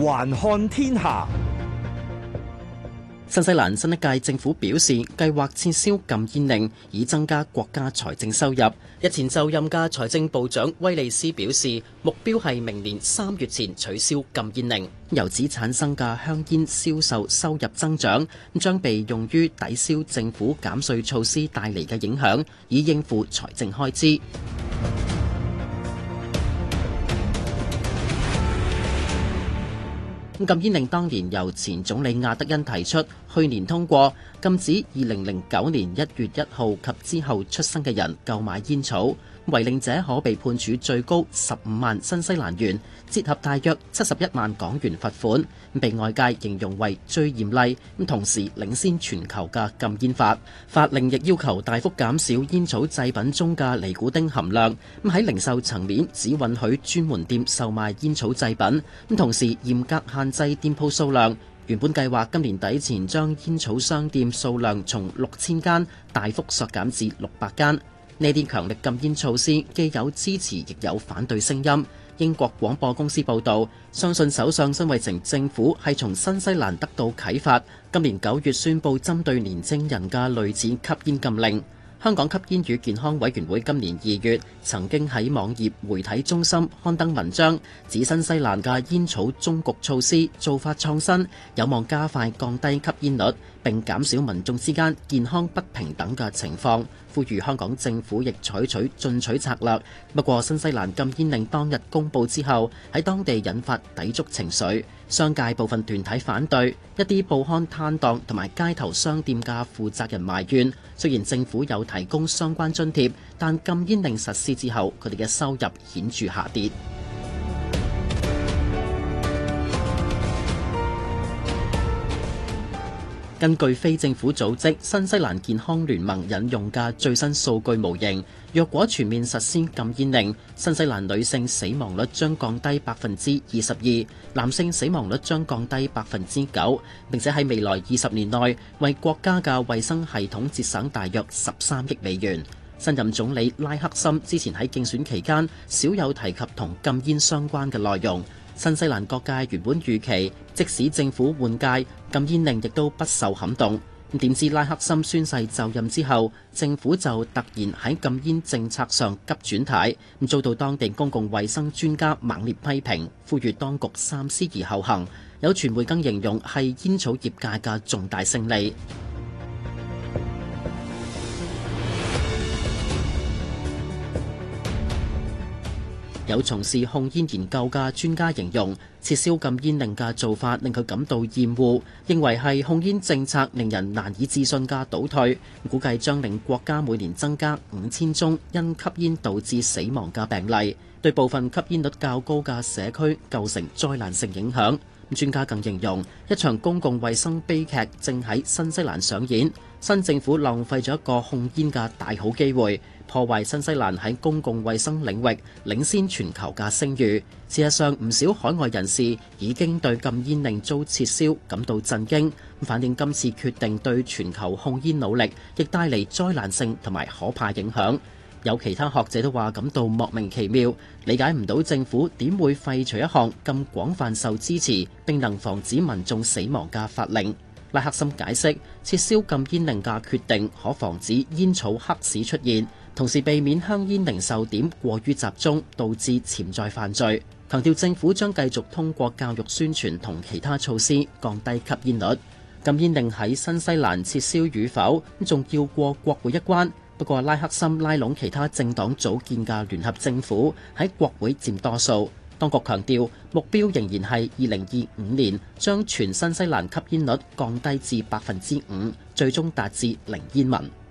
環看天下。 新西蘭新一屆政府表示，計劃撤銷禁煙令，以增加國家財政收入。日前就任嘅財政部長威利斯表示，目標係明年3月前取消禁煙令。由此產生嘅香煙銷售收入增長，將被用於抵消政府減稅措施帶嚟嘅影響，以應付財政開支。禁煙令當年由前總理亞德恩提出，去年通過，禁止2009年1月1號及之後出生嘅人購買煙草，違令者可被判處最高15萬新西蘭元，折合大約71萬港元罰款，被外界形容為最嚴厲，同時領先全球嘅禁煙法。法令亦要求大幅減少煙草製品中嘅尼古丁含量，喺零售層面只允許專門店售賣煙草製品，同時嚴格限制店鋪數量。原本計劃今年底前將煙草商店數量從6000間大幅削減至600間。呢啲強力禁煙措施既有支持亦有反對聲音。英國廣播公司報導，相信首相辛偉誠政府係從新西蘭得到啟發，今年9月宣布針對年青人嘅類似吸煙禁令。香港吸煙與健康委員會今年2月曾經喺網頁媒體中心刊登文章，指新西蘭嘅煙草終局措施做法創新，有望加快降低吸煙率，並減少民眾之間健康不平等嘅情況，呼籲香港政府亦採取進取策略。不過新西蘭禁煙令當日公佈之後，喺當地引發抵觸情緒，商界部分團體反對，一啲報刊攤檔同埋街頭商店嘅負責人埋怨，雖然政府有提供相關津貼，但禁煙令實施之後，佢哋嘅收入顯著下跌。根據非政府組織新西蘭健康聯盟引用嘅最新數據模型，若果全面實施禁煙令，新西蘭女性死亡率將降低22%，男性死亡率將降低9%，並且喺未來20年內為國家嘅衛生系統節省大約13億美元。新任總理拉克森之前喺競選期間少有提及同禁煙相關嘅內容。新西蘭各界原本預期，即使政府換屆，禁煙令亦都不受撼動。點知拉克森宣誓就任之後，政府就突然喺禁煙政策上急轉軚，遭到當地公共衛生專家猛烈批評，呼籲當局三思而後行。有傳媒更形容係煙草業界嘅重大勝利。有從事控煙研究嘅專家形容，撤銷禁煙令嘅做法令佢感到厭惡，認為係控煙政策令人難以置信嘅倒退，估計將令國家每年增加5000宗因吸煙導致死亡嘅病例，對部分吸煙率較高嘅社區構成災難性影響。專家更形容，一場公共衛生悲劇正喺新西蘭上演，新政府浪費咗一個控煙嘅大好機會，破壞新西蘭喺公共衛生領域領先全球嘅聲譽。事實上，唔少海外人士已經對禁煙令遭撤銷感到震驚，反映今次決定對全球控煙努力亦帶嚟災難性同埋可怕影響。有其他學者都話感到莫名其妙，理解唔到政府點會廢除一項咁廣泛受支持並能防止民眾死亡嘅法令。拉克森解釋，撤銷禁煙令嘅決定可防止煙草黑市出現，同時避免香煙零售點過於集中，導致潛在犯罪。強調政府將繼續通過教育宣傳同其他措施降低吸煙率。禁煙令喺新西蘭撤銷與否，仲要過國會一關。不過拉克森拉攏其他政黨組建嘅聯合政府喺國會佔多數。當局強調目標仍然係2025年將全新西蘭吸煙率降低至5%，最終達至零煙民。